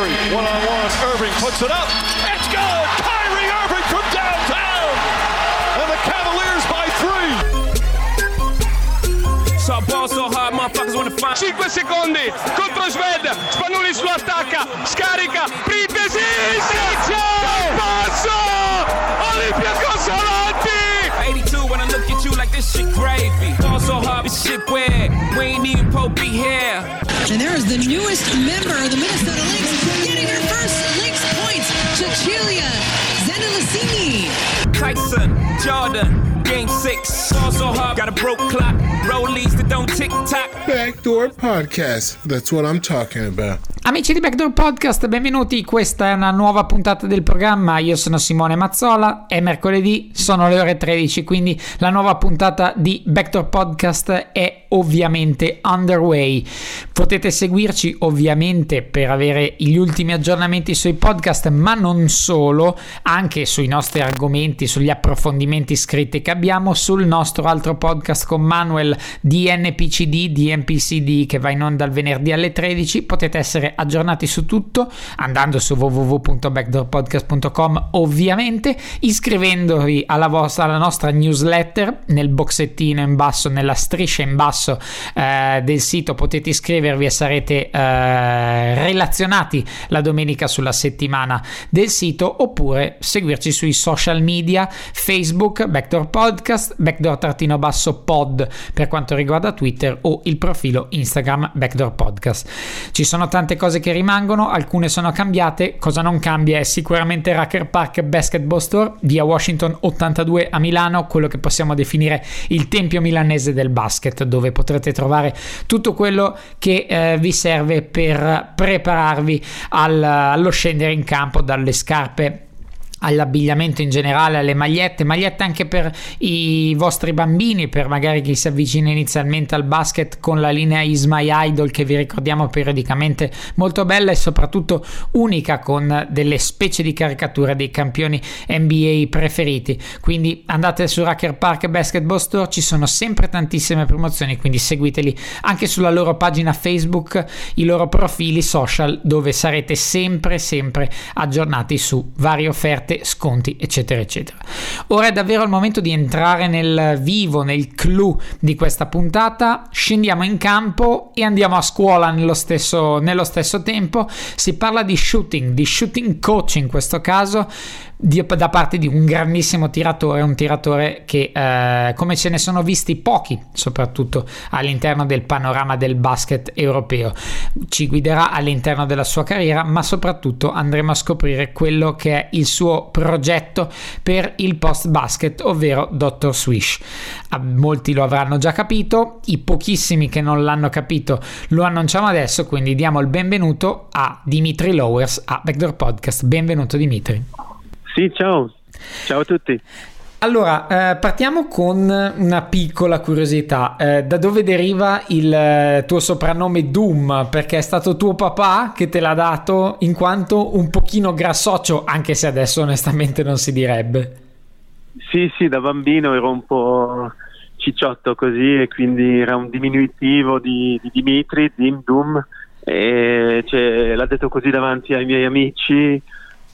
Curry, one-on-one, Irving puts it up, it's good! Kyrie Irving from downtown! And the Cavaliers by 3! So ball so hard, motherfuckers wanna find 5 secondi contro Sved, Spanulis lo attacca, scarica, Printesi, passo, Olympiacos avanti! 82 when I look at you like this shit gravy. Ball so hard, this shit weird, we ain't even Pope be here. And there is the newest member of the Minnesota Lynx getting her first Lynx points, Cecilia Zendelicini. Tyson, Jordan, Game 6, ball so hard, got a broke clock, rollies that don't tick-tock. Backdoor Podcast, that's what I'm talking about. Amici di Backdoor Podcast, benvenuti, questa è una nuova puntata del programma, io sono Simone Mazzola, è mercoledì, sono le ore 13, quindi la nuova puntata di Backdoor Podcast è ovviamente underway. Potete seguirci ovviamente per avere gli ultimi aggiornamenti sui podcast, ma non solo, anche sui nostri argomenti, sugli approfondimenti scritti che abbiamo sul nostro altro podcast con Manuel DNPCD, DNPCD, che va in onda il venerdì alle 13. Potete essere aggiornati su tutto andando su www.backdoorpodcast.com, ovviamente iscrivendovi alla nostra newsletter. Nel boxettino in basso, nella striscia in basso del sito potete iscrivervi e sarete relazionati la domenica sulla settimana del sito, oppure seguirci sui social media, Facebook Backdoor Podcast, Backdoor_pod per quanto riguarda Twitter, o il profilo Instagram Backdoor Podcast. Ci sono tante cose che rimangono, alcune sono cambiate. Cosa non cambia è sicuramente Rucker Park Basketball Store, via Washington 82 a Milano, quello che possiamo definire il tempio milanese del basket, dove potrete trovare tutto quello che vi serve per prepararvi allo scendere in campo, dalle scarpe all'abbigliamento in generale, alle magliette anche per i vostri bambini, per magari chi si avvicina inizialmente al basket, con la linea Is My Idol, che vi ricordiamo periodicamente molto bella e soprattutto unica, con delle specie di caricature dei campioni NBA preferiti. Quindi andate su Rucker Park Basketball Store, ci sono sempre tantissime promozioni, quindi seguiteli anche sulla loro pagina Facebook, i loro profili social, dove sarete sempre aggiornati su varie offerte, sconti, eccetera eccetera. Ora è davvero il momento di entrare nel vivo, nel clou di questa puntata. Scendiamo in campo e andiamo a scuola nello stesso tempo. Si parla di shooting coach in questo caso, da parte di un grandissimo tiratore, un tiratore che come ce ne sono visti pochi, soprattutto all'interno del panorama del basket europeo. Ci guiderà all'interno della sua carriera, ma soprattutto andremo a scoprire quello che è il suo progetto per il post basket, ovvero Dr. Swish. Molti lo avranno già capito, i pochissimi che non l'hanno capito lo annunciamo adesso, quindi diamo il benvenuto a Dimitri Lowers a Backdoor Podcast. Benvenuto Dimitri. Sì, ciao a tutti. Allora, partiamo con una piccola curiosità. Da dove deriva il tuo soprannome Doom? Perché è stato tuo papà che te l'ha dato, in quanto un pochino grassoccio, anche se adesso onestamente non si direbbe. Sì, da bambino ero un po' cicciotto così, e quindi era un diminutivo di Dimitri, Doom, e l'ha detto così davanti ai miei amici,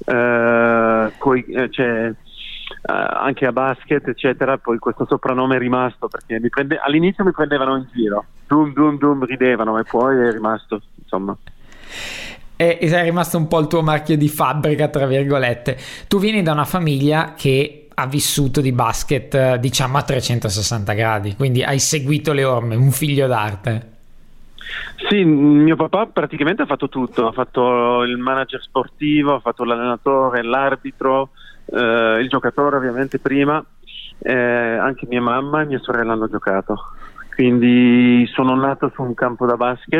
anche a basket eccetera. Poi questo soprannome è rimasto perché all'inizio mi prendevano in giro, Doom, ridevano, e poi è rimasto, insomma. È rimasto un po' il tuo marchio di fabbrica, tra virgolette. Tu vieni da una famiglia che ha vissuto di basket, diciamo, a 360 gradi, quindi hai seguito le orme, un figlio d'arte. Sì, mio papà praticamente ha fatto tutto, ha fatto il manager sportivo, ha fatto l'allenatore, l'arbitro, il giocatore ovviamente prima, anche mia mamma e mia sorella hanno giocato, quindi sono nato su un campo da basket,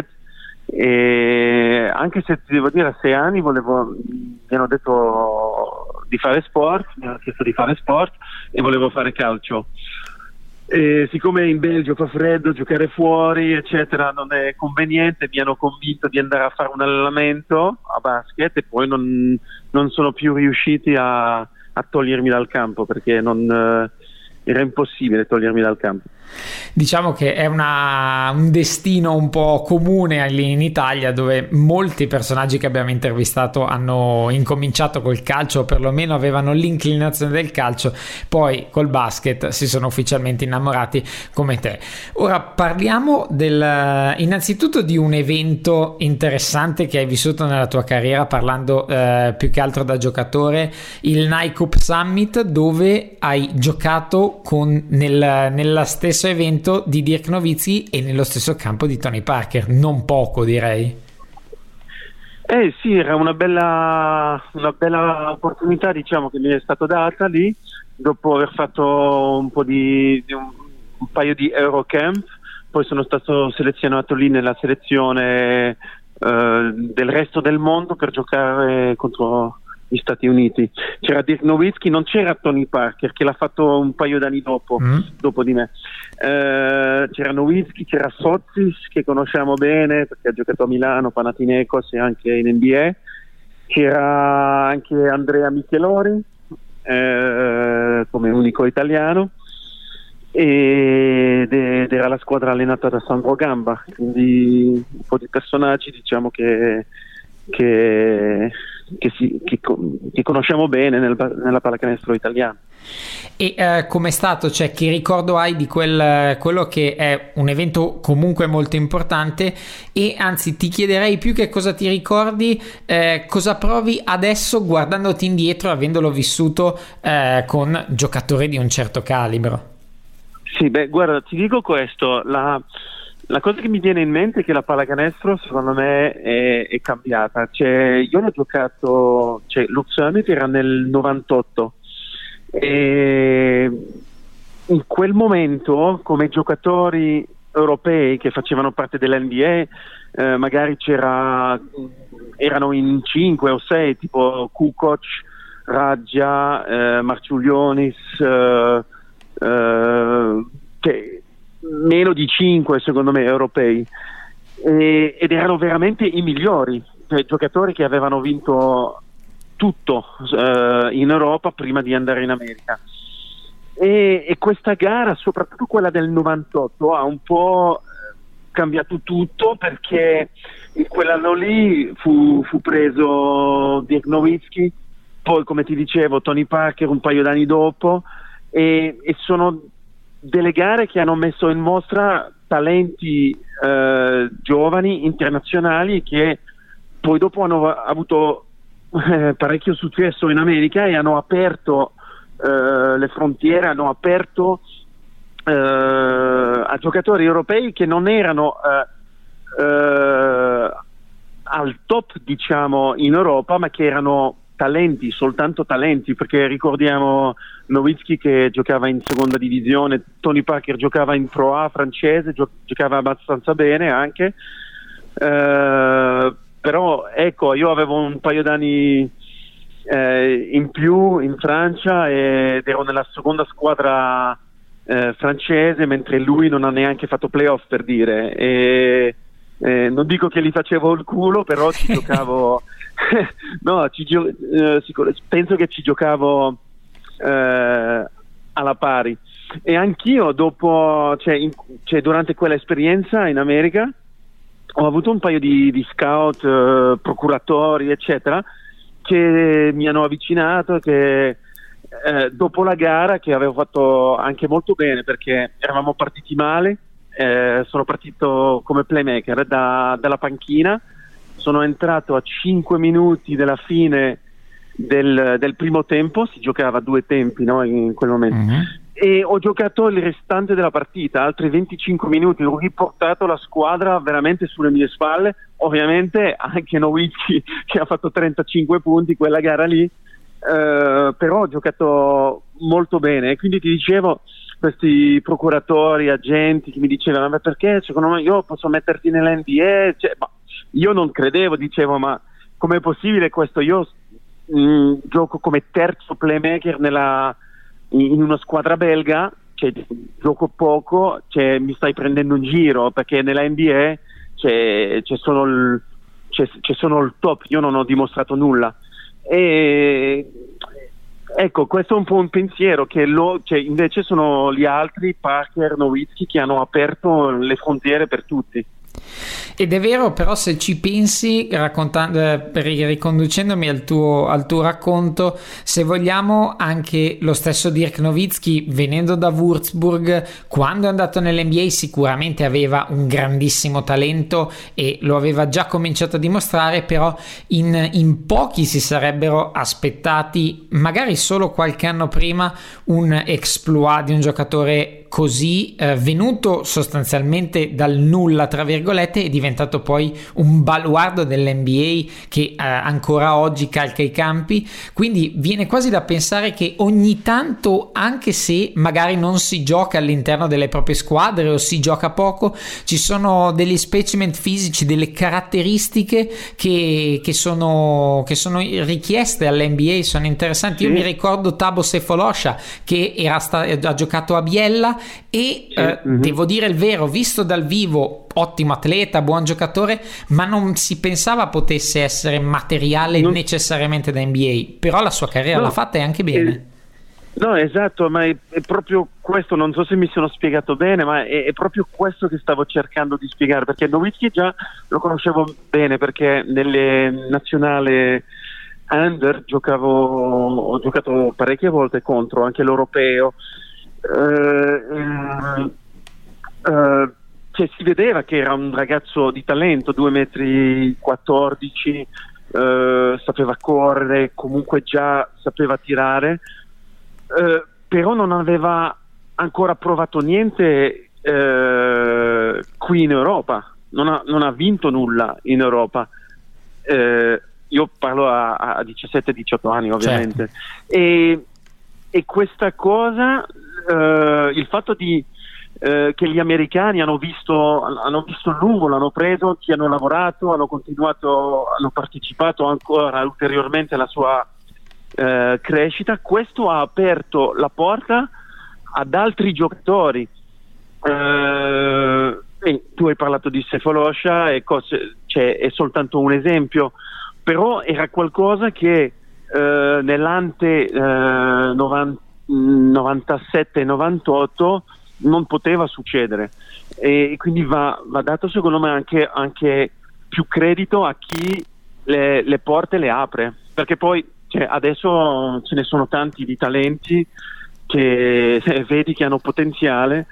e anche se ti devo dire, a 6 anni mi hanno detto di fare sport, mi hanno chiesto di fare sport e volevo fare calcio. E siccome in Belgio fa freddo, giocare fuori eccetera non è conveniente, mi hanno convinto di andare a fare un allenamento a basket, e poi non sono più riusciti a togliermi dal campo, perché era impossibile togliermi dal campo. Diciamo che è un destino un po' comune lì in Italia, dove molti personaggi che abbiamo intervistato hanno incominciato col calcio, o perlomeno avevano l'inclinazione del calcio, poi col basket si sono ufficialmente innamorati come te. Ora parliamo innanzitutto di un evento interessante che hai vissuto nella tua carriera, parlando più che altro da giocatore, il Nike Cup Summit, dove hai giocato nella stesso evento di Dirk Nowitzki e nello stesso campo di Tony Parker, non poco direi. Sì, era una bella opportunità, diciamo, che mi è stata data lì, dopo aver fatto un paio di Eurocamp. Poi sono stato selezionato lì nella selezione del resto del mondo per giocare contro gli Stati Uniti. C'era Dirk Nowitzki, non c'era Tony Parker, che l'ha fatto un paio d'anni dopo di me. C'era Nowitzki, c'era Fotzis, che conosciamo bene perché ha giocato a Milano, Panathinaikos e anche in NBA. C'era anche Andrea Michelori come unico italiano, ed era la squadra allenata da Sandro Gamba, quindi un po' di personaggi, diciamo, che conosciamo bene nella pallacanestro italiana. E com'è stato, cioè che ricordo hai di quello che è un evento comunque molto importante, e anzi ti chiederei più che cosa ti ricordi, cosa provi adesso guardandoti indietro, avendolo vissuto con giocatori di un certo calibro? Sì, guarda, ti dico questo, la cosa che mi viene in mente è che la pallacanestro secondo me è cambiata. Io l'ho giocato, Luke Summit era nel 98, e in quel momento come giocatori europei che facevano parte dell'NBA magari erano in 5 o 6, tipo Kukoc, Radja, Marciulionis, meno di 5 secondo me europei, ed erano veramente i migliori, giocatori che avevano vinto tutto in Europa prima di andare in America, e questa gara, soprattutto quella del 98, ha un po' cambiato tutto, perché in quell'anno lì fu preso Dirk Nowitzki, poi come ti dicevo Tony Parker un paio d'anni dopo, e sono delle gare che hanno messo in mostra talenti giovani, internazionali, che poi dopo hanno avuto parecchio successo in America e hanno aperto le frontiere, hanno aperto a giocatori europei che non erano al top, diciamo, in Europa, ma che erano talenti, soltanto talenti, perché ricordiamo Nowitzki che giocava in seconda divisione, Tony Parker giocava in Pro A francese, giocava abbastanza bene anche, però ecco, io avevo un paio d'anni in più in Francia ed ero nella seconda squadra francese, mentre lui non ha neanche fatto playoff, per dire, e non dico che gli facevo il culo, però ci giocavo no, penso che ci giocavo alla pari, e anch'io dopo, durante quell'esperienza in America ho avuto un paio di scout, procuratori eccetera, che mi hanno avvicinato, che dopo la gara, che avevo fatto anche molto bene perché eravamo partiti male, sono partito come playmaker dalla panchina, sono entrato a 5 minuti dalla fine del primo tempo, si giocava a 2 tempi, no, in quel momento, e ho giocato il restante della partita, altri 25 minuti, ho riportato la squadra veramente sulle mie spalle, ovviamente anche Nowitzki che ha fatto 35 punti quella gara lì, però ho giocato molto bene, e quindi ti dicevo, questi procuratori, agenti che mi dicevano: ma perché secondo me io posso metterti nell'NBA? Ma io non credevo, dicevo: ma com'è possibile questo? Io gioco come terzo playmaker in una squadra belga, gioco poco, mi stai prendendo in giro, perché nella NBA c'è solo il top, io non ho dimostrato nulla. E Ecco, questo è un po' un pensiero che invece sono gli altri, Parker, Nowitzki, che hanno aperto le frontiere per tutti. Ed è vero, però, se ci pensi, riconducendomi al tuo racconto, se vogliamo, anche lo stesso Dirk Nowitzki, venendo da Würzburg, quando è andato nell'NBA sicuramente aveva un grandissimo talento e lo aveva già cominciato a dimostrare, però in pochi si sarebbero aspettati, magari solo qualche anno prima, un exploit di un giocatore così, venuto sostanzialmente dal nulla, tra virgolette, è diventato poi un baluardo dell'NBA che ancora oggi calca i campi. Quindi viene quasi da pensare che ogni tanto, anche se magari non si gioca all'interno delle proprie squadre o si gioca poco, ci sono degli specimen fisici, delle caratteristiche che sono richieste all'NBA, sono interessanti. Io mi ricordo Thabo Sefolosha, che ha giocato a Biella e devo dire il vero, visto dal vivo, ottimo atleta, buon giocatore, ma non si pensava potesse essere materiale necessariamente da NBA, però la sua carriera l'ha fatta e anche bene. No, esatto, ma è proprio questo, non so se mi sono spiegato bene, ma è proprio questo che stavo cercando di spiegare, perché Nowitzki già lo conoscevo bene, perché nelle nazionali under ho giocato parecchie volte contro, anche l'europeo. Cioè, si vedeva che era un ragazzo di talento, 2,14 metri, sapeva correre, comunque già sapeva tirare, però non aveva ancora provato niente qui in Europa, non ha vinto nulla in Europa. Io parlo a 17-18 anni, ovviamente. Certo. E questa cosa, il fatto che gli americani hanno visto lungo, l'hanno preso, ci hanno lavorato, hanno continuato, hanno partecipato ancora ulteriormente alla sua crescita, questo ha aperto la porta ad altri giocatori. Tu hai parlato di Sefolosha e è soltanto un esempio, però era qualcosa che nell'ante 97-98 non poteva succedere, e quindi va dato secondo me anche più credito a chi le porte le apre, perché poi adesso ce ne sono tanti di talenti che vedi che hanno potenziale,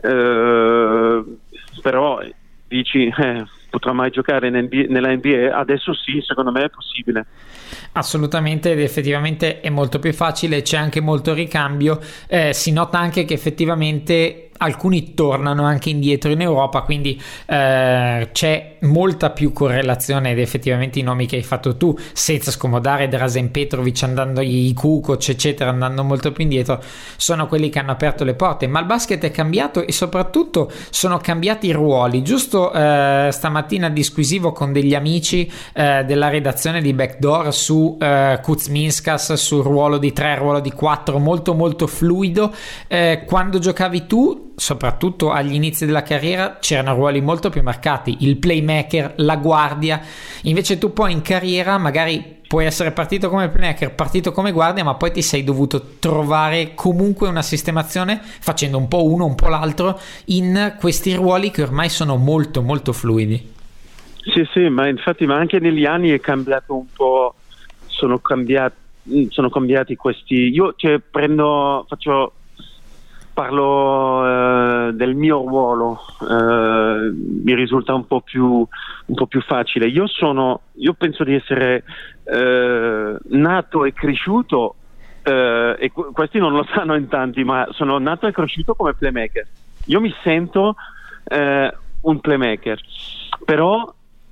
però dici potrà mai giocare nella NBA? Adesso sì, secondo me è possibile. Assolutamente, ed effettivamente è molto più facile, c'è anche molto ricambio, si nota anche che effettivamente alcuni tornano anche indietro in Europa, quindi c'è molta più correlazione, ed effettivamente i nomi che hai fatto tu, senza scomodare Dražen Petrovic, andando i Kukoc eccetera, andando molto più indietro, sono quelli che hanno aperto le porte. Ma il basket è cambiato e soprattutto sono cambiati i ruoli. Giusto stamattina disquisivo con degli amici della redazione di Backdoor su Kuzminskas, sul ruolo di 3, ruolo di 4, molto molto fluido. Quando giocavi tu, soprattutto agli inizi della carriera, c'erano ruoli molto più marcati, il playmaker, la guardia. Invece tu poi in carriera magari puoi essere partito come playmaker, partito come guardia, ma poi ti sei dovuto trovare comunque una sistemazione facendo un po' uno, un po' l'altro, in questi ruoli che ormai sono molto molto fluidi. Sì, ma infatti, ma anche negli anni è cambiato un po', sono cambiati questi. Io parlo del mio ruolo, mi risulta un po' più facile. Io penso di essere nato e cresciuto, e questi non lo sanno in tanti, ma sono nato e cresciuto come playmaker. Io mi sento un playmaker, però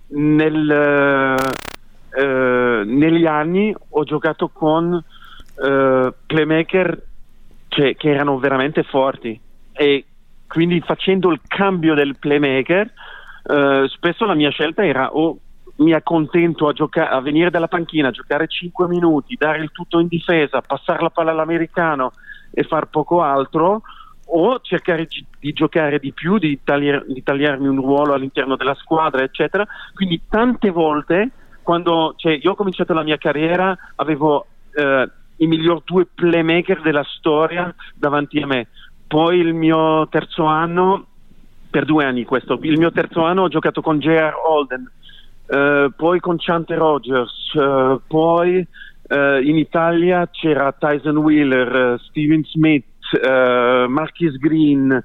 negli anni ho giocato con playmaker che erano veramente forti, e quindi facendo il cambio del playmaker spesso la mia scelta era mi accontento a venire dalla panchina, giocare 5 minuti, dare il tutto in difesa, passare la palla all'americano e far poco altro, o cercare di giocare di più, di tagliarmi un ruolo all'interno della squadra, eccetera. Quindi tante volte, quando io ho cominciato la mia carriera, avevo i migliori 2 playmaker della storia davanti a me. Poi il mio terzo anno, per 2 anni questo, il mio terzo anno ho giocato con J.R. Holden, poi con Chante Rogers, poi in Italia c'era Tyson Wheeler, Steven Smith, Marquis Green,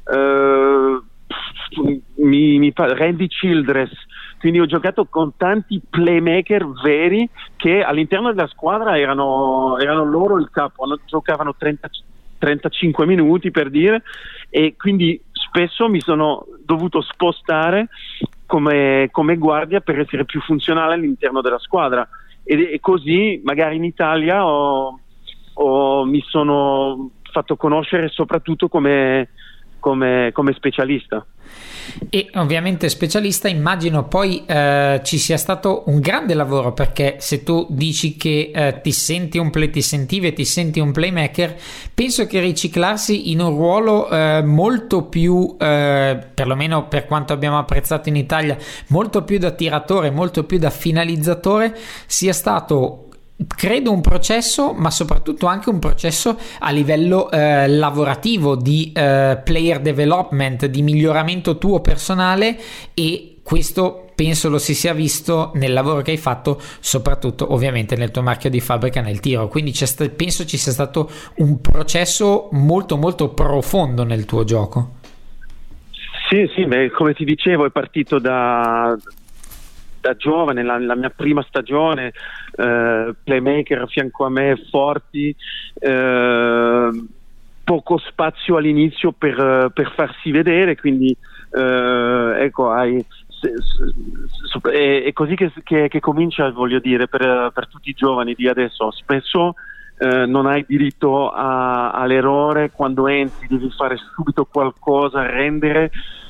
Randy Childress. Quindi ho giocato con tanti playmaker veri che all'interno della squadra erano loro il capo, giocavano 35 minuti per dire, e quindi spesso mi sono dovuto spostare come guardia per essere più funzionale all'interno della squadra, e così magari in Italia mi sono fatto conoscere soprattutto come specialista. E ovviamente specialista, immagino poi ci sia stato un grande lavoro, perché se tu dici che ti sentivi e ti senti un playmaker, penso che riciclarsi in un ruolo molto più, perlomeno per quanto abbiamo apprezzato in Italia, molto più da tiratore, molto più da finalizzatore, sia stato, credo, un processo, ma soprattutto anche un processo a livello lavorativo, di player development, di miglioramento tuo personale, e questo penso lo si sia visto nel lavoro che hai fatto, soprattutto ovviamente nel tuo marchio di fabbrica nel tiro. Quindi penso ci sia stato un processo molto molto profondo nel tuo gioco. Sì, beh, come ti dicevo, è partito da giovane, la mia prima stagione, playmaker a fianco a me, forti, poco spazio all'inizio per farsi vedere, quindi ecco, è così che comincia, voglio dire, per tutti i giovani di adesso. Spesso non hai diritto all'errore, quando entri devi fare subito qualcosa, rendere,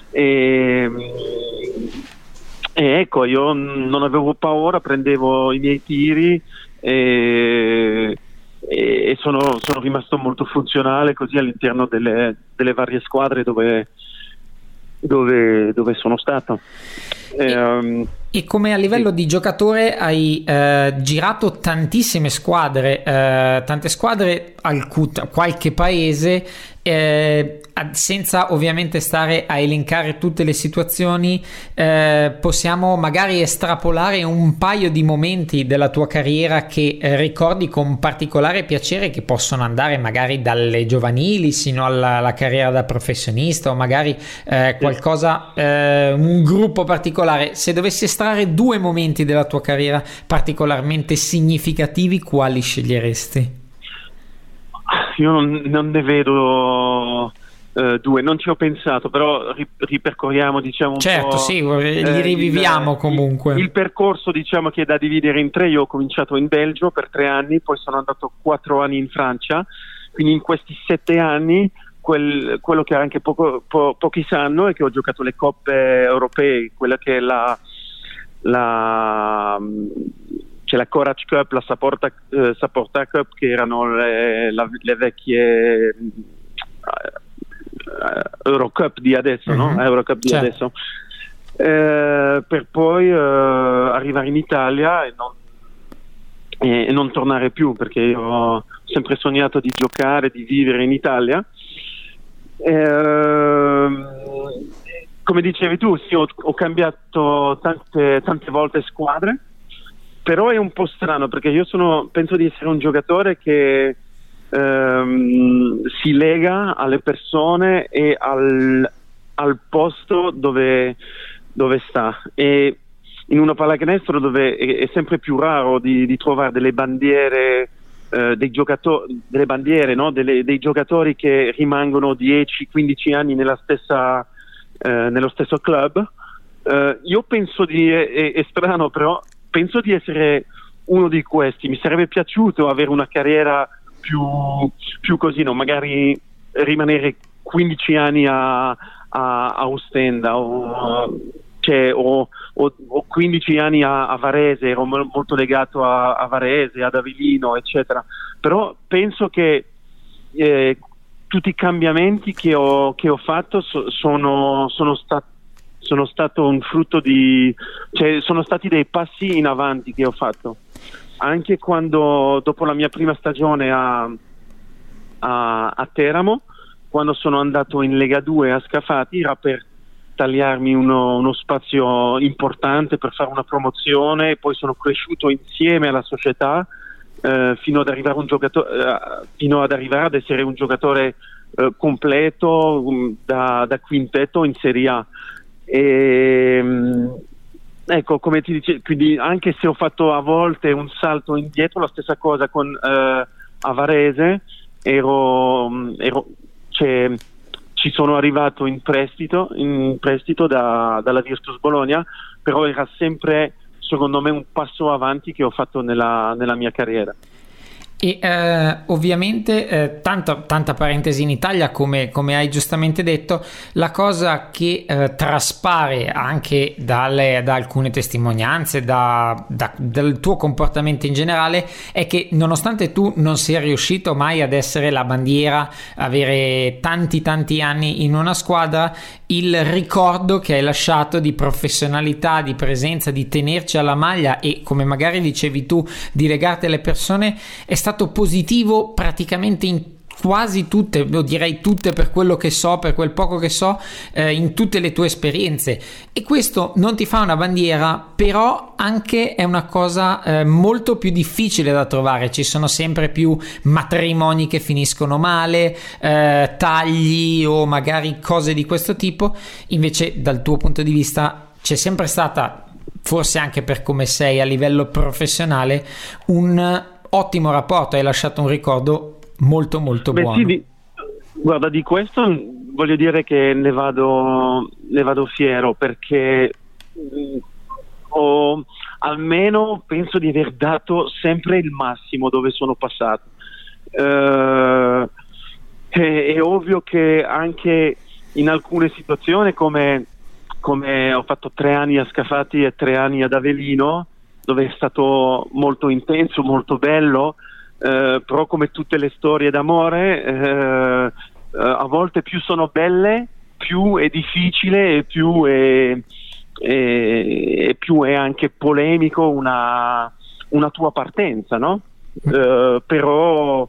e ecco, io non avevo paura, prendevo i miei tiri e sono rimasto molto funzionale così all'interno delle varie squadre dove sono stato. E come a livello di giocatore hai girato tantissime squadre, tante squadre, qualche paese, senza ovviamente stare a elencare tutte le situazioni. Possiamo magari estrapolare un paio di momenti della tua carriera che ricordi con particolare piacere, che possono andare magari dalle giovanili sino alla carriera da professionista, o magari qualcosa, un gruppo particolare. Se dovessi estrarre 2 momenti della tua carriera particolarmente significativi, quali sceglieresti? Io non ne vedo 2, non ci ho pensato, però ripercorriamo, diciamo, un certo, po'. sì, li riviviamo comunque. Il percorso, diciamo, che è da dividere in 3. Io ho cominciato in Belgio per 3 anni, poi sono andato 4 anni in Francia, quindi in questi 7 anni quello che anche pochi sanno è che ho giocato le coppe europee, quella che è c'è la Courage Cup, la Saporta Cup, che erano le vecchie Eurocup di adesso, no? Eurocup di adesso, per poi arrivare in Italia e non tornare più, perché io ho sempre sognato di giocare, di vivere in Italia. Come dicevi tu, sì, ho cambiato tante volte squadre, però è un po' strano, perché io penso di essere un giocatore che si lega alle persone e al posto dove sta, e in una pallacanestro dove è sempre più raro di trovare delle bandiere, dei giocatori, delle bandiere, no? dei giocatori che rimangono 10-15 anni nello stesso club. Io penso è strano, però penso di essere uno di questi. Mi sarebbe piaciuto avere una carriera più così, no? Magari rimanere 15 anni a Ostenda, o 15 anni a Varese. Ero molto legato a Varese, ad Avellino, eccetera. Però penso che tutti i cambiamenti che ho fatto sono stato un frutto sono stati dei passi in avanti che ho fatto. anche quando dopo la mia prima stagione a Teramo, quando sono andato in Lega 2 a Scafati, era per tagliarmi uno spazio importante per fare una promozione, e poi sono cresciuto insieme alla società fino ad arrivare ad essere un giocatore completo da quintetto in Serie A. Ecco, come ti dicevo, quindi anche se ho fatto a volte un salto indietro, la stessa cosa con a Varese, ci sono arrivato in prestito dalla Virtus Bologna, però era sempre, secondo me, un passo avanti che ho fatto nella mia carriera. E ovviamente tanta parentesi in Italia, come hai giustamente detto, la cosa che traspare anche da alcune testimonianze, dal tuo comportamento in generale, è che nonostante tu non sia riuscito mai ad essere la bandiera, avere tanti anni in una squadra, il ricordo che hai lasciato di professionalità, di presenza, di tenerci alla maglia e, come magari dicevi tu, di legarti alle persone, è stato positivo praticamente in quasi tutte, lo direi tutte, per quello che so, per quel poco che so, in tutte le tue esperienze. E questo non ti fa una bandiera, però anche è una cosa molto più difficile da trovare. Ci sono sempre più matrimoni che finiscono male, tagli o magari cose di questo tipo. Invece, dal tuo punto di vista, c'è sempre stata, forse anche per come sei a livello professionale, un ottimo rapporto, hai lasciato un ricordo molto buono. Sì, guarda, di questo voglio dire che ne vado fiero, perché almeno penso di aver dato sempre il massimo dove sono passato. È ovvio che anche in alcune situazioni, come ho fatto 3 anni a Scafati e 3 anni ad Avellino, dove è stato molto intenso, molto bello, però come tutte le storie d'amore, a volte più sono belle, più è difficile e più è anche polemico una tua partenza, no? Però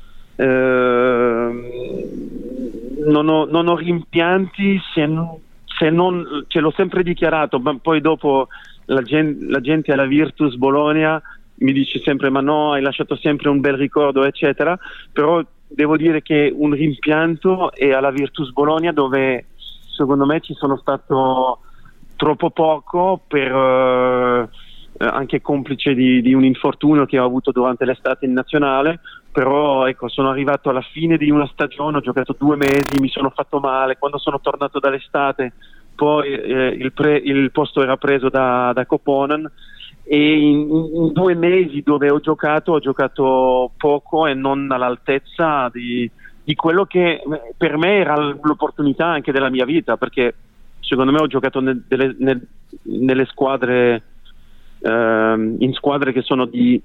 non ho rimpianti, se non ce l'ho sempre dichiarato, ma poi dopo la gente alla Virtus Bologna mi dice sempre: ma no, hai lasciato sempre un bel ricordo, eccetera. Però devo dire che un rimpianto è alla Virtus Bologna, dove secondo me ci sono stato troppo poco, per anche complice di un infortunio che ho avuto durante l'estate in nazionale. Però ecco, sono arrivato alla fine di una stagione, ho giocato 2 mesi, mi sono fatto male. Quando sono tornato dall'estate, poi il posto era preso da Koponen, e in 2 mesi dove ho giocato poco e non all'altezza di quello che per me era l'opportunità anche della mia vita, perché secondo me ho giocato nelle squadre, in squadre che sono di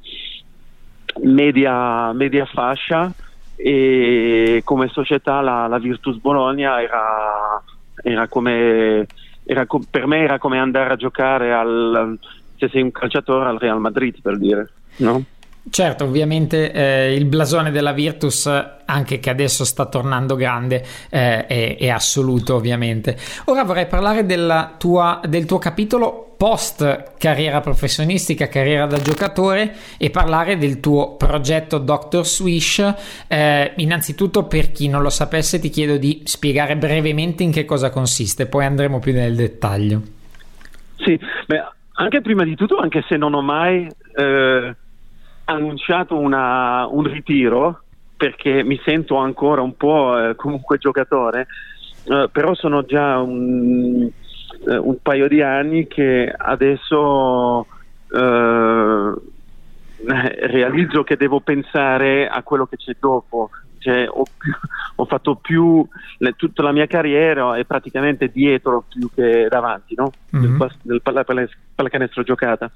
media fascia, e come società la Virtus Bologna per me era come andare a giocare se sei un calciatore, al Real Madrid, per dire, no? Certo, ovviamente il blasone della Virtus, anche che adesso sta tornando grande, è assoluto, ovviamente. Ora vorrei parlare del tuo capitolo post carriera professionistica, carriera da giocatore, e parlare del tuo progetto Dr. Swish. Innanzitutto, per chi non lo sapesse, ti chiedo di spiegare brevemente in che cosa consiste, poi andremo più nel dettaglio. Sì, anche prima di tutto, anche se non ho mai annunciato un ritiro, perché mi sento ancora un po' comunque giocatore, però sono già un paio di anni che adesso realizzo che devo pensare a quello che c'è dopo. Cioè, ho fatto tutta la mia carriera è praticamente dietro più che davanti, no? Mm-hmm. Del pallacanestro giocata,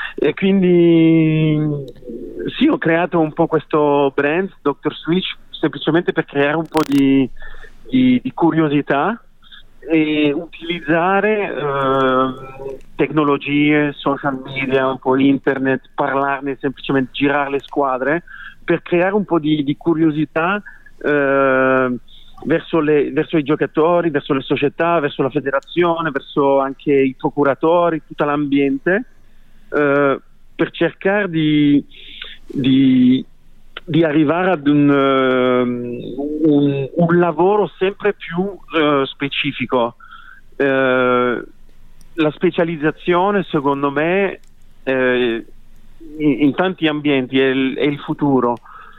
e quindi ho creato un po' questo brand Dr. Swish semplicemente per creare un po' di curiosità, e utilizzare tecnologie, social media, un po' internet, parlarne, semplicemente girare le squadre per creare un po' di curiosità verso i giocatori, verso le società, verso la federazione, verso anche i procuratori, tutto l'ambiente, per cercare di arrivare ad un lavoro sempre più specifico. La specializzazione, secondo me, in tanti ambienti è il futuro.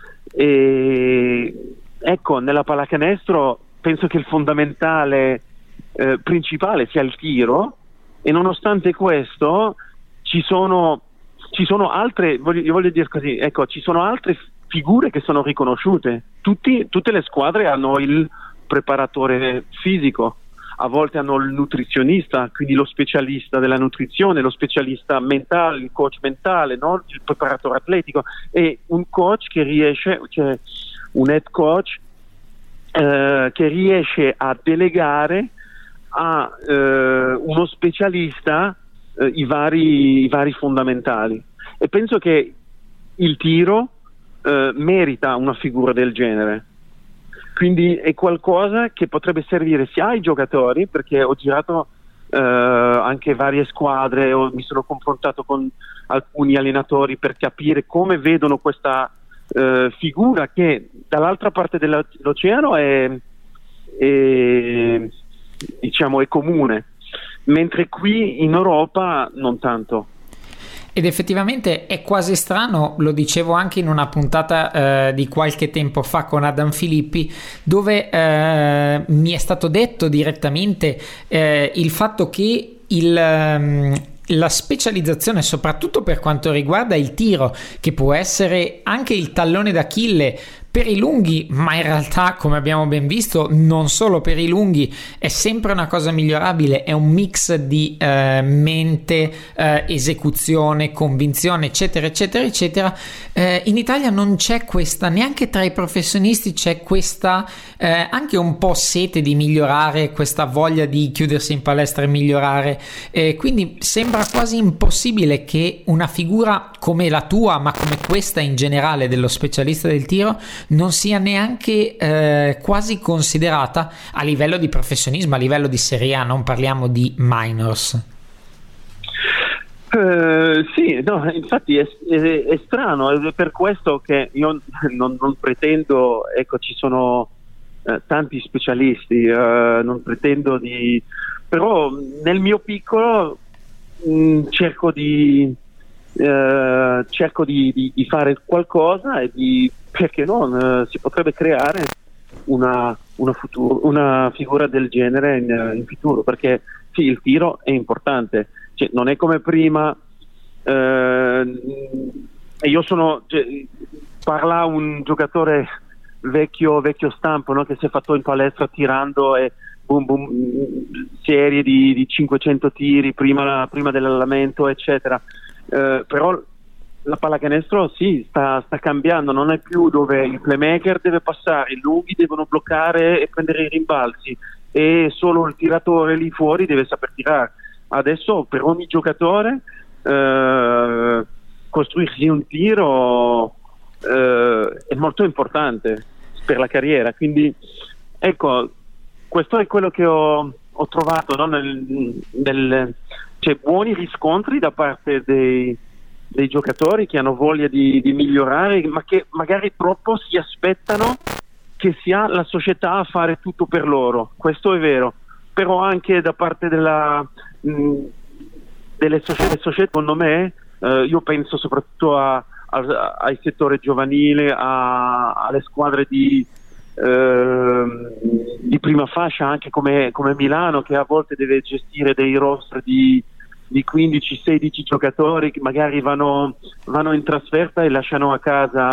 E ecco, nella pallacanestro penso che il fondamentale principale sia il tiro, e nonostante questo ci sono altre, io voglio dire così, ecco, ci sono altre figure che sono riconosciute. Tutte le squadre hanno il preparatore fisico, a volte hanno il nutrizionista, quindi lo specialista della nutrizione, lo specialista mentale, il coach mentale, no? Il preparatore atletico, e un coach che riesce, cioè un head coach che riesce a delegare a uno specialista i vari fondamentali. E penso che il tiro merita una figura del genere, quindi è qualcosa che potrebbe servire sia ai giocatori, perché ho girato anche varie squadre, mi sono confrontato con alcuni allenatori per capire come vedono questa figura che dall'altra parte dell'oceano è comune, mentre qui in Europa non tanto. Ed effettivamente è quasi strano, lo dicevo anche in una puntata di qualche tempo fa con Adam Filippi, dove mi è stato detto direttamente il fatto che la specializzazione, soprattutto per quanto riguarda il tiro, che può essere anche il tallone d'Achille per i lunghi, ma in realtà, come abbiamo ben visto, non solo per i lunghi, è sempre una cosa migliorabile, è un mix di mente, esecuzione, convinzione, eccetera eccetera eccetera. In Italia non c'è questa, neanche tra i professionisti c'è questa anche un po' sete di migliorare, questa voglia di chiudersi in palestra e migliorare, quindi sembra quasi impossibile che una figura come la tua, ma come questa in generale dello specialista del tiro, non sia neanche quasi considerata a livello di professionismo, a livello di Serie A, non parliamo di minors. Sì, no, infatti è strano, è per questo che io non pretendo, ecco, ci sono tanti specialisti, non pretendo però nel mio piccolo cerco di fare qualcosa e perché no, si potrebbe creare una figura del genere in futuro, perché sì, il tiro è importante, cioè, non è come prima. Io parla un giocatore vecchio stampo, no? Che si è fatto in palestra tirando e boom boom, serie di 500 tiri prima dell'allenamento, eccetera. Però la pallacanestro sì, sta cambiando, non è più dove il playmaker deve passare, i lunghi devono bloccare e prendere i rimbalzi e solo il tiratore lì fuori deve saper tirare. Adesso per ogni giocatore costruirsi un tiro è molto importante per la carriera, quindi ecco, questo è quello che ho trovato, no? C'è buoni riscontri da parte dei giocatori che hanno voglia di migliorare, ma che magari troppo si aspettano che sia la società a fare tutto per loro. Questo è vero, però anche da parte delle società, secondo me, io penso soprattutto al settore giovanile, alle squadre di prima fascia, anche come Milano, che a volte deve gestire dei roster di 15-16 giocatori che magari vanno in trasferta e lasciano a casa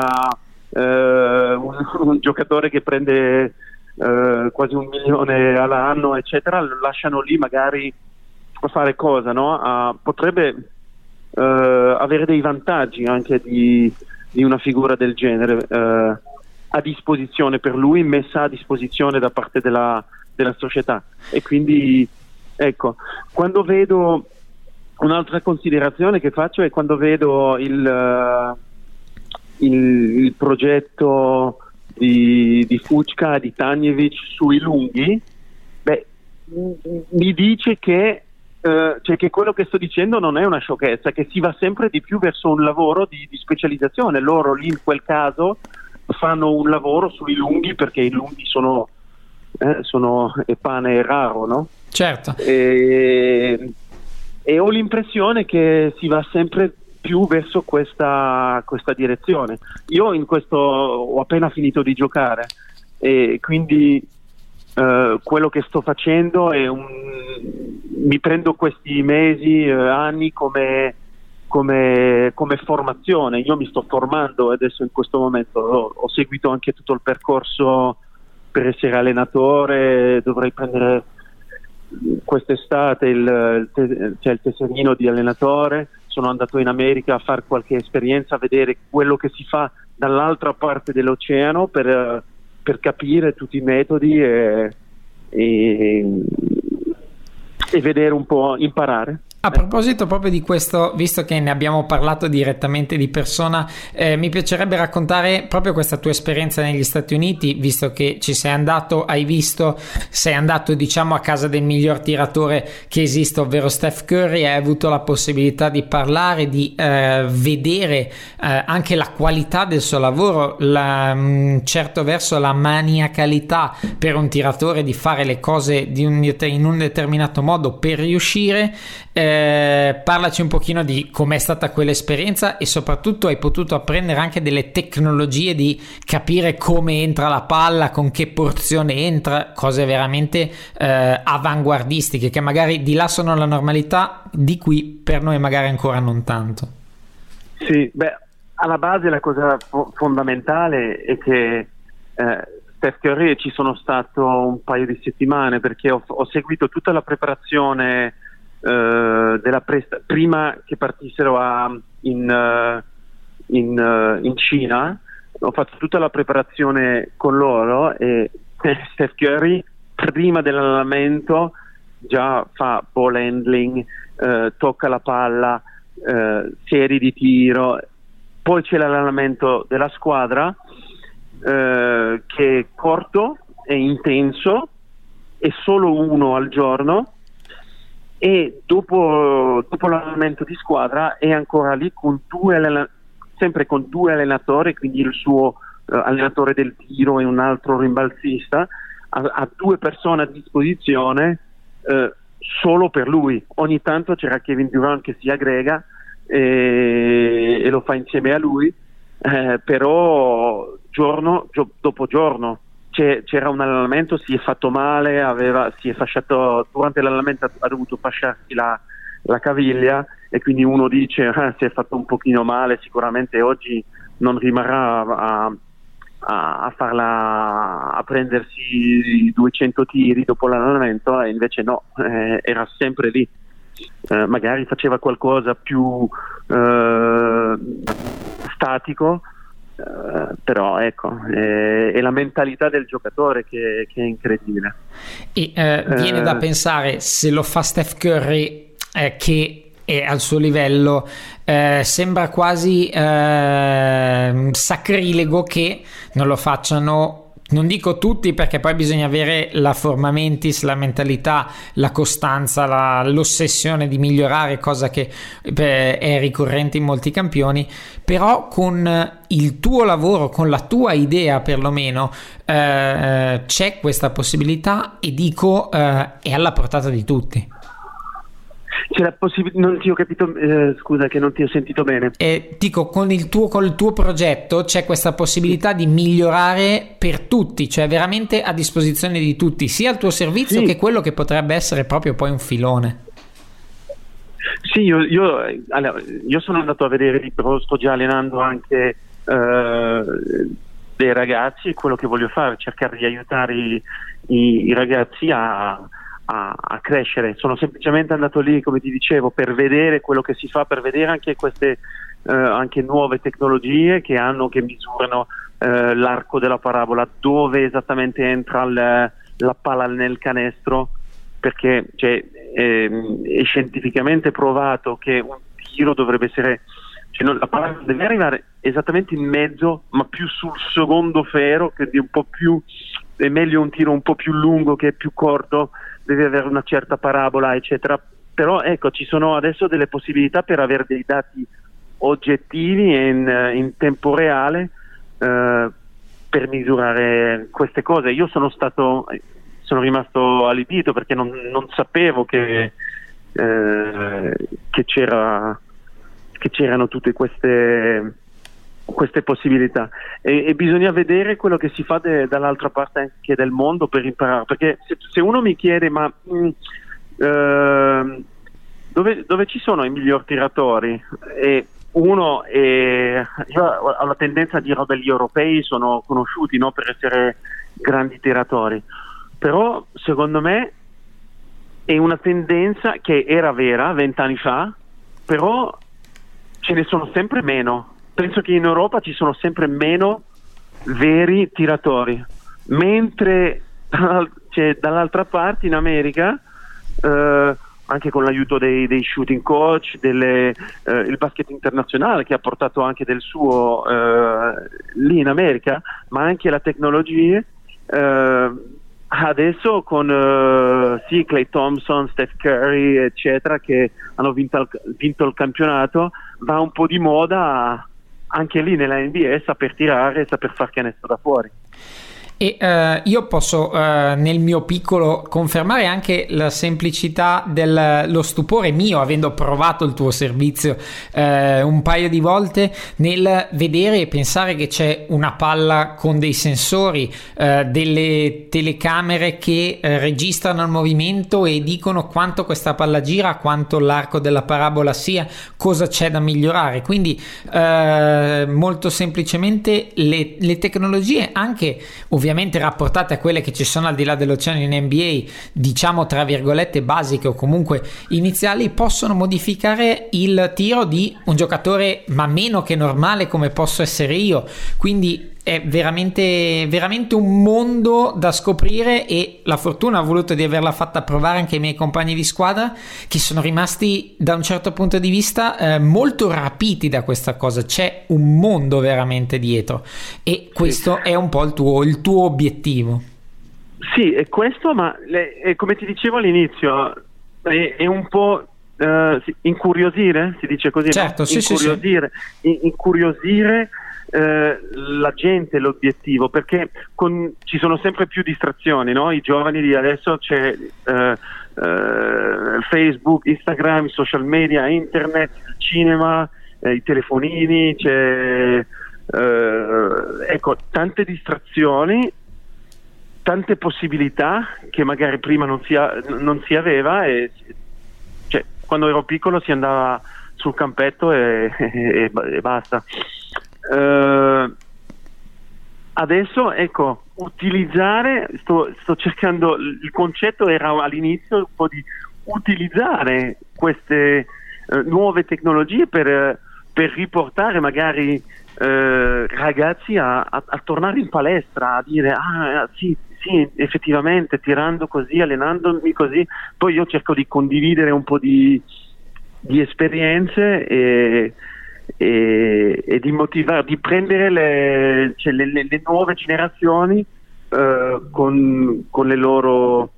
un giocatore che prende quasi $1 milione all'anno, eccetera, lo lasciano lì magari a fare cosa, no? Potrebbe avere dei vantaggi anche di una figura del genere a disposizione per lui, messa a disposizione da parte della della società. E quindi ecco, quando vedo, un'altra considerazione che faccio è quando vedo il progetto di Fučka, di Tanjević sui lunghi, mi dice che che quello che sto dicendo non è una sciocchezza, che si va sempre di più verso un lavoro di specializzazione. Loro lì in quel caso fanno un lavoro sui lunghi, perché i lunghi sono pane raro, no? Certo. E ho l'impressione che si va sempre più verso questa direzione. Io in questo ho appena finito di giocare, e quindi quello che sto facendo è mi prendo questi mesi, anni come formazione. Io mi sto formando adesso in questo momento, ho seguito anche tutto il percorso per essere allenatore, dovrei prendere quest'estate il tesserino di allenatore. Sono andato in America a fare qualche esperienza, a vedere quello che si fa dall'altra parte dell'oceano per capire tutti i metodi e vedere un po', imparare. A proposito proprio di questo, visto che ne abbiamo parlato direttamente di persona, mi piacerebbe raccontare proprio questa tua esperienza negli Stati Uniti, visto che ci sei andato, sei andato diciamo a casa del miglior tiratore che esiste, ovvero Steph Curry, hai avuto la possibilità di parlare, di vedere anche la qualità del suo lavoro, certo verso la maniacalità per un tiratore di fare le cose in un determinato modo per riuscire. Parlaci un pochino di com'è stata quell'esperienza, e soprattutto hai potuto apprendere anche delle tecnologie di capire come entra la palla, con che porzione entra, cose veramente avanguardistiche che magari di là sono la normalità, di qui per noi magari ancora non tanto. Sì, alla base la cosa fondamentale è che Steph Curry ci sono stato un paio di settimane, perché ho seguito tutta la preparazione prima che partissero in Cina. Ho fatto tutta la preparazione con loro, e Steph Curry prima dell'allenamento già fa ball handling, tocca la palla, serie di tiro, poi c'è l'allenamento della squadra che è corto e intenso, è solo uno al giorno, e dopo l'allenamento di squadra è ancora lì sempre con due allenatori, quindi il suo allenatore del tiro e un altro rimbalzista, ha due persone a disposizione solo per lui. Ogni tanto c'era Kevin Durant che si aggrega e lo fa insieme a lui, però giorno dopo giorno c'era un allenamento, si è fatto male, si è fasciato durante l'allenamento, ha dovuto fasciarsi la caviglia, e quindi uno dice si è fatto un pochino male, sicuramente oggi non rimarrà a prendersi 200 tiri dopo l'allenamento, e invece no, era sempre lì. Magari faceva qualcosa più statico, però ecco, è la mentalità del giocatore che è incredibile. E viene da pensare, se lo fa Steph Curry, che è al suo livello, sembra quasi sacrilego che non lo facciano, non dico tutti, perché poi bisogna avere la forma mentis, la mentalità, la costanza, l'ossessione di migliorare, cosa che è ricorrente in molti campioni, però con il tuo lavoro, con la tua idea perlomeno, c'è questa possibilità, e dico è alla portata di tutti. C'è la possibilità, non ti ho capito, scusa che non ti ho sentito bene. Dico, con il tuo progetto c'è questa possibilità di migliorare per tutti, cioè veramente a disposizione di tutti, sia il tuo servizio che quello che potrebbe essere proprio poi un filone. Sì, io sono andato a vedere, però sto già allenando anche dei ragazzi, e quello che voglio fare è cercare di aiutare i ragazzi a crescere. Sono semplicemente andato lì, come ti dicevo, per vedere quello che si fa, per vedere anche queste anche nuove tecnologie che misurano l'arco della parabola, dove esattamente entra la palla nel canestro, perché è scientificamente provato che un tiro dovrebbe essere, la palla deve arrivare esattamente in mezzo, ma più sul secondo ferro, che è un po' più, è meglio un tiro un po' più lungo che più corto, deve avere una certa parabola, eccetera. Però ecco, ci sono adesso delle possibilità per avere dei dati oggettivi e in tempo reale per misurare queste cose. Io sono rimasto allibito perché non sapevo che c'erano tutte queste possibilità, e bisogna vedere quello che si fa dall'altra parte anche del mondo per imparare, perché se uno mi chiede ma dove ci sono i miglior tiratori, e io ho la tendenza a dire degli europei sono conosciuti, no, per essere grandi tiratori, però secondo me è una tendenza che era vera 20 anni fa, però ce ne sono sempre meno. Penso che in Europa ci sono sempre meno veri tiratori, mentre dall'altra parte in America, anche con l'aiuto dei shooting coach, il basket internazionale che ha portato anche del suo lì in America, ma anche la tecnologia, adesso con Klay Thompson, Steph Curry, eccetera, che hanno vinto il campionato, va un po' di moda anche lì nella NBA saper tirare, saper far canestro da fuori. E io posso nel mio piccolo confermare anche la semplicità dello stupore mio, avendo provato il tuo servizio un paio di volte, nel vedere e pensare che c'è una palla con dei sensori, delle telecamere che registrano il movimento e dicono quanto questa palla gira, quanto l'arco della parabola sia, cosa c'è da migliorare. Quindi molto semplicemente le tecnologie, anche ovviamente rapportate a quelle che ci sono al di là dell'oceano in NBA, diciamo tra virgolette basiche o comunque iniziali, possono modificare il tiro di un giocatore ma meno che normale come posso essere io. Quindi è veramente veramente un mondo da scoprire, e la fortuna ha voluto di averla fatta provare anche ai miei compagni di squadra, che sono rimasti da un certo punto di vista molto rapiti da questa cosa. C'è un mondo veramente dietro, e questo è un po' il tuo obiettivo. Sì, è questo, ma come ti dicevo all'inizio, è un po' incuriosire, si dice così, certo, no? Sì, incuriosire, sì. Incuriosire la gente, l'obiettivo, perché ci sono sempre più distrazioni, no? I giovani di adesso, c'è Facebook, Instagram, i social media, internet, il cinema, i telefonini, c'è ecco, tante distrazioni, tante possibilità che magari prima non si aveva, e quando ero piccolo si andava sul campetto e basta. Adesso ecco, utilizzare, sto cercando, il concetto era all'inizio un po' di utilizzare queste nuove tecnologie per riportare magari ragazzi a tornare in palestra, a dire sì, effettivamente tirando così, allenandomi così. Poi io cerco di condividere un po' di esperienze e di motivare, di prendere le nuove generazioni con le loro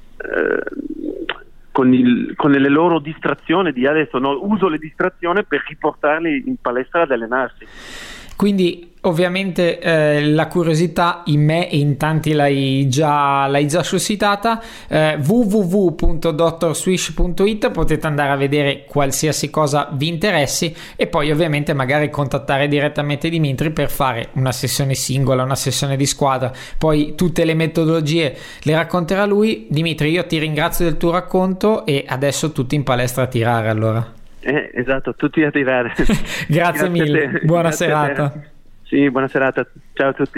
con le loro distrazioni di adesso, no? Uso le distrazioni per riportarli in palestra ad allenarsi. Quindi ovviamente la curiosità in me e in tanti l'hai già suscitata. www.drswish.it, potete andare a vedere qualsiasi cosa vi interessi, e poi ovviamente magari contattare direttamente Dimitri per fare una sessione singola, una sessione di squadra. Poi tutte le metodologie le racconterà lui. Dimitri, io ti ringrazio del tuo racconto, e adesso tutti in palestra a tirare allora. Esatto, tutti a tirare. Grazie mille, buona serata. Sì, buona serata, ciao a tutti.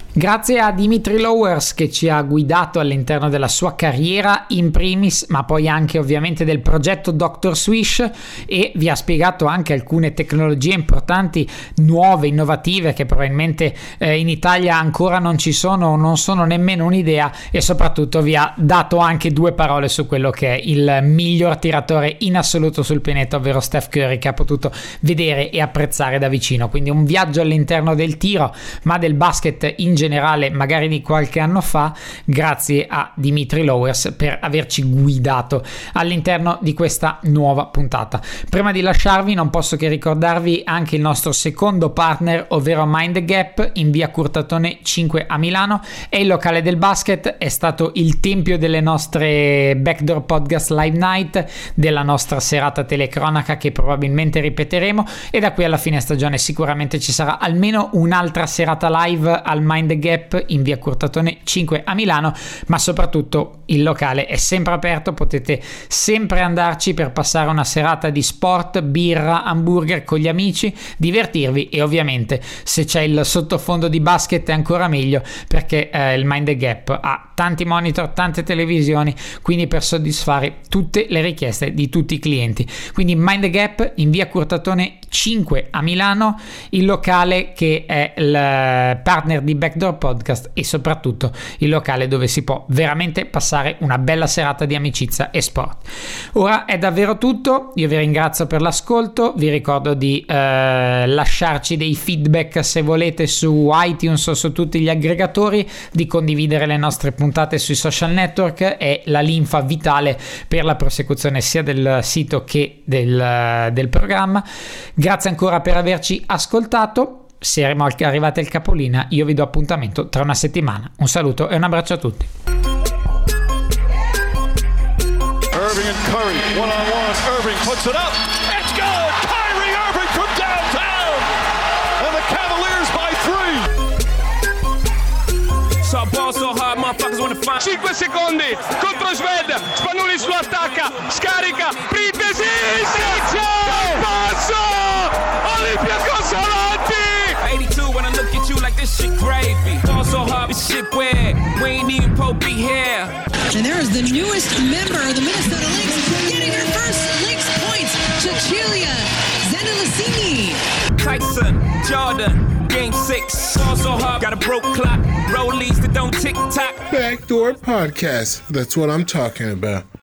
Grazie a Dimitri Lowers che ci ha guidato all'interno della sua carriera in primis, ma poi anche ovviamente del progetto Dr. Swish, e vi ha spiegato anche alcune tecnologie importanti, nuove, innovative, che probabilmente in Italia ancora non ci sono o non sono nemmeno un'idea, e soprattutto vi ha dato anche due parole su quello che è il miglior tiratore in assoluto sul pianeta, ovvero Steph Curry, che ha potuto vedere e apprezzare da vicino. Quindi un viaggio all'interno del tiro, ma del basket in generale, magari di qualche anno fa, grazie a Dimitri Lowers per averci guidato all'interno di questa nuova puntata. Prima di lasciarvi non posso che ricordarvi anche il nostro secondo partner, ovvero Mind the Gap in via Curtatone 5 a Milano. È il locale del basket, è stato il tempio delle nostre Backdoor Podcast Live Night, della nostra serata telecronaca che probabilmente ripeteremo, e da qui alla fine stagione sicuramente ci sarà almeno un'altra serata live al Mind the Gap in via Curtatone 5 a Milano, ma soprattutto il locale è sempre aperto, potete sempre andarci per passare una serata di sport, birra, hamburger con gli amici, divertirvi, e ovviamente se c'è il sottofondo di basket è ancora meglio, perché il Mind the Gap ha tanti monitor, tante televisioni, quindi per soddisfare tutte le richieste di tutti i clienti. Quindi Mind the Gap in via Curtatone 5 a Milano, il locale che è il partner di Backdoor Podcast e soprattutto il locale dove si può veramente passare una bella serata di amicizia e sport. Ora è davvero tutto, io vi ringrazio per l'ascolto, vi ricordo di lasciarci dei feedback se volete su iTunes o su tutti gli aggregatori, di condividere le nostre puntate sui social network, è la linfa vitale per la prosecuzione sia del sito che del programma. Grazie ancora per averci ascoltato. Siamo arrivati al capolinea, io vi do appuntamento tra una settimana. Un saluto e un abbraccio a tutti. Irving and Curry, one-on-one. Irving puts it up. It's good. Kyrie Irving from downtown. And the Cavaliers by 3. So I ball so hard, motherfuckers wanna find 5 secondi contro Sved, Spanulis lo attacca, scarica, Printesi, passo, Olympiacos avanti! 82 when I look at you like this shit gravy. Ball so hard, this shit weird. We ain't even Pope be here. And there is the newest member of the Minnesota Lynx getting her first Lynx points, Cecilia Zendelicini. Tyson, Jordan, game 6. Ball so hard, got a broke clock. Rollies that don't tick tock. Backdoor Podcast. That's what I'm talking about.